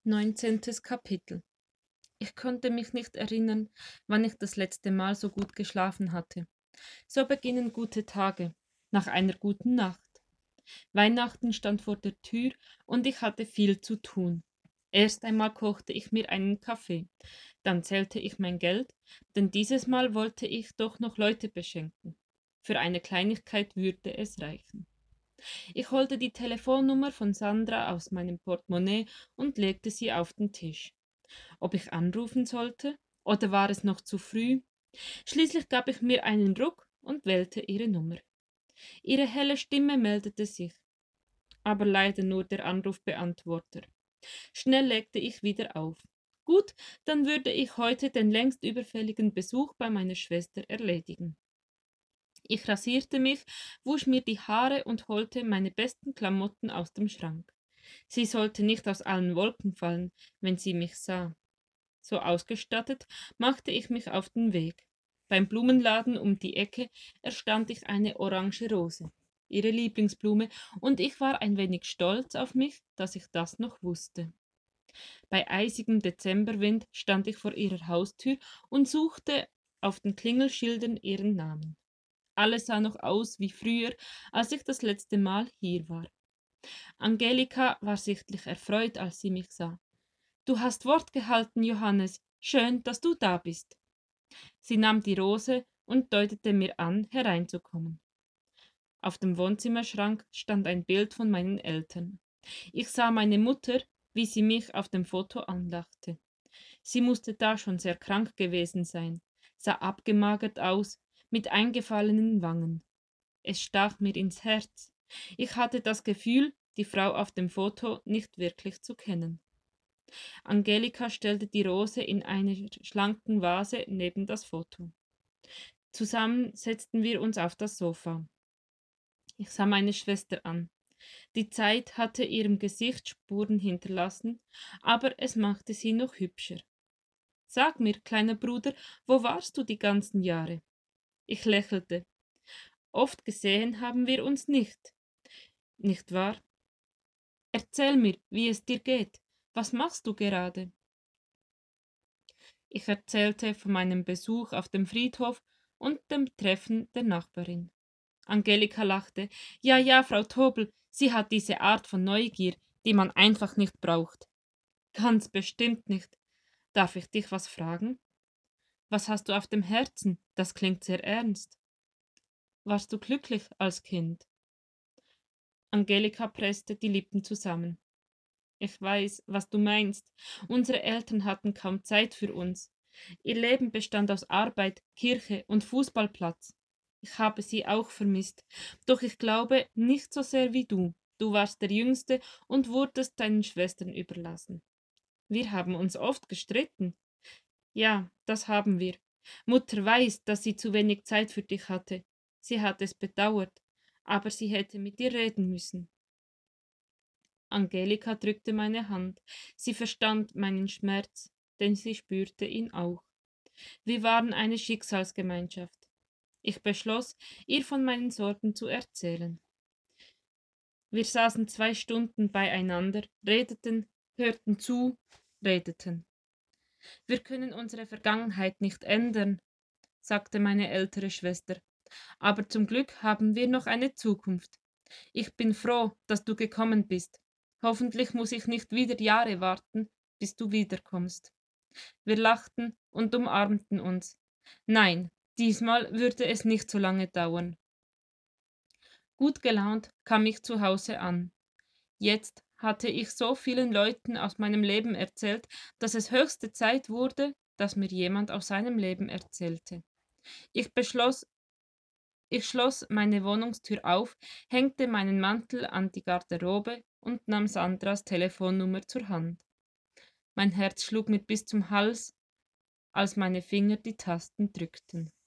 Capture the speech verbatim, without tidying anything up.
Neunzehntes Kapitel. Ich konnte mich nicht erinnern, wann ich das letzte Mal so gut geschlafen hatte. So beginnen gute Tage, nach einer guten Nacht. Weihnachten stand vor der Tür und ich hatte viel zu tun. Erst einmal kochte ich mir einen Kaffee, dann zählte ich mein Geld, denn dieses Mal wollte ich doch noch Leute beschenken. Für eine Kleinigkeit würde es reichen. Ich holte die Telefonnummer von Sandra aus meinem Portemonnaie und legte sie auf den Tisch. Ob ich anrufen sollte? Oder war es noch zu früh? Schließlich gab ich mir einen Ruck und wählte ihre Nummer. Ihre helle Stimme meldete sich, aber leider nur der Anrufbeantworter. Schnell legte ich wieder auf. Gut, dann würde ich heute den längst überfälligen Besuch bei meiner Schwester erledigen. Ich rasierte mich, wusch mir die Haare und holte meine besten Klamotten aus dem Schrank. Sie sollte nicht aus allen Wolken fallen, wenn sie mich sah. So ausgestattet machte ich mich auf den Weg. Beim Blumenladen um die Ecke erstand ich eine orange Rose, ihre Lieblingsblume, und ich war ein wenig stolz auf mich, dass ich das noch wusste. Bei eisigem Dezemberwind stand ich vor ihrer Haustür und suchte auf den Klingelschildern ihren Namen. Alles sah noch aus wie früher, als ich das letzte Mal hier war. Angelika war sichtlich erfreut, als sie mich sah. Du hast Wort gehalten, Johannes. Schön, dass du da bist. Sie nahm die Rose und deutete mir an, hereinzukommen. Auf dem Wohnzimmerschrank stand ein Bild von meinen Eltern. Ich sah meine Mutter, wie sie mich auf dem Foto anlachte. Sie musste da schon sehr krank gewesen sein, sah abgemagert aus, mit eingefallenen Wangen. Es stach mir ins Herz. Ich hatte das Gefühl, die Frau auf dem Foto nicht wirklich zu kennen. Angelika stellte die Rose in einer schlanken Vase neben das Foto. Zusammen setzten wir uns auf das Sofa. Ich sah meine Schwester an. Die Zeit hatte ihrem Gesicht Spuren hinterlassen, aber es machte sie noch hübscher. Sag mir, kleiner Bruder, wo warst du die ganzen Jahre? Ich lächelte. Oft gesehen haben wir uns nicht, nicht wahr? Erzähl mir, wie es dir geht. Was machst du gerade? Ich erzählte von meinem Besuch auf dem Friedhof und dem Treffen der Nachbarin. Angelika lachte. Ja, ja, Frau Tobel, sie hat diese Art von Neugier, die man einfach nicht braucht. Ganz bestimmt nicht. Darf ich dich was fragen? Was hast du auf dem Herzen? Das klingt sehr ernst. Warst du glücklich als Kind? Angelika presste die Lippen zusammen. Ich weiß, was du meinst. Unsere Eltern hatten kaum Zeit für uns. Ihr Leben bestand aus Arbeit, Kirche und Fußballplatz. Ich habe sie auch vermisst. Doch ich glaube nicht so sehr wie du. Du warst der Jüngste und wurdest deinen Schwestern überlassen. Wir haben uns oft gestritten. Ja, das haben wir. Mutter weiß, dass sie zu wenig Zeit für dich hatte. Sie hat es bedauert, aber sie hätte mit dir reden müssen. Angelika drückte meine Hand. Sie verstand meinen Schmerz, denn sie spürte ihn auch. Wir waren eine Schicksalsgemeinschaft. Ich beschloss, ihr von meinen Sorgen zu erzählen. Wir saßen zwei Stunden beieinander, redeten, hörten zu, redeten. Wir können unsere Vergangenheit nicht ändern, sagte meine ältere Schwester, aber zum Glück haben wir noch eine Zukunft. Ich bin froh, dass du gekommen bist. Hoffentlich muss ich nicht wieder Jahre warten, bis du wiederkommst. Wir lachten und umarmten uns. Nein, diesmal würde es nicht so lange dauern. Gut gelaunt kam ich zu Hause an. Jetzt hatte ich so vielen Leuten aus meinem Leben erzählt, dass es höchste Zeit wurde, dass mir jemand aus seinem Leben erzählte. Ich beschloss, ich schloss meine Wohnungstür auf, hängte meinen Mantel an die Garderobe und nahm Sandras Telefonnummer zur Hand. Mein Herz schlug mir bis zum Hals, als meine Finger die Tasten drückten.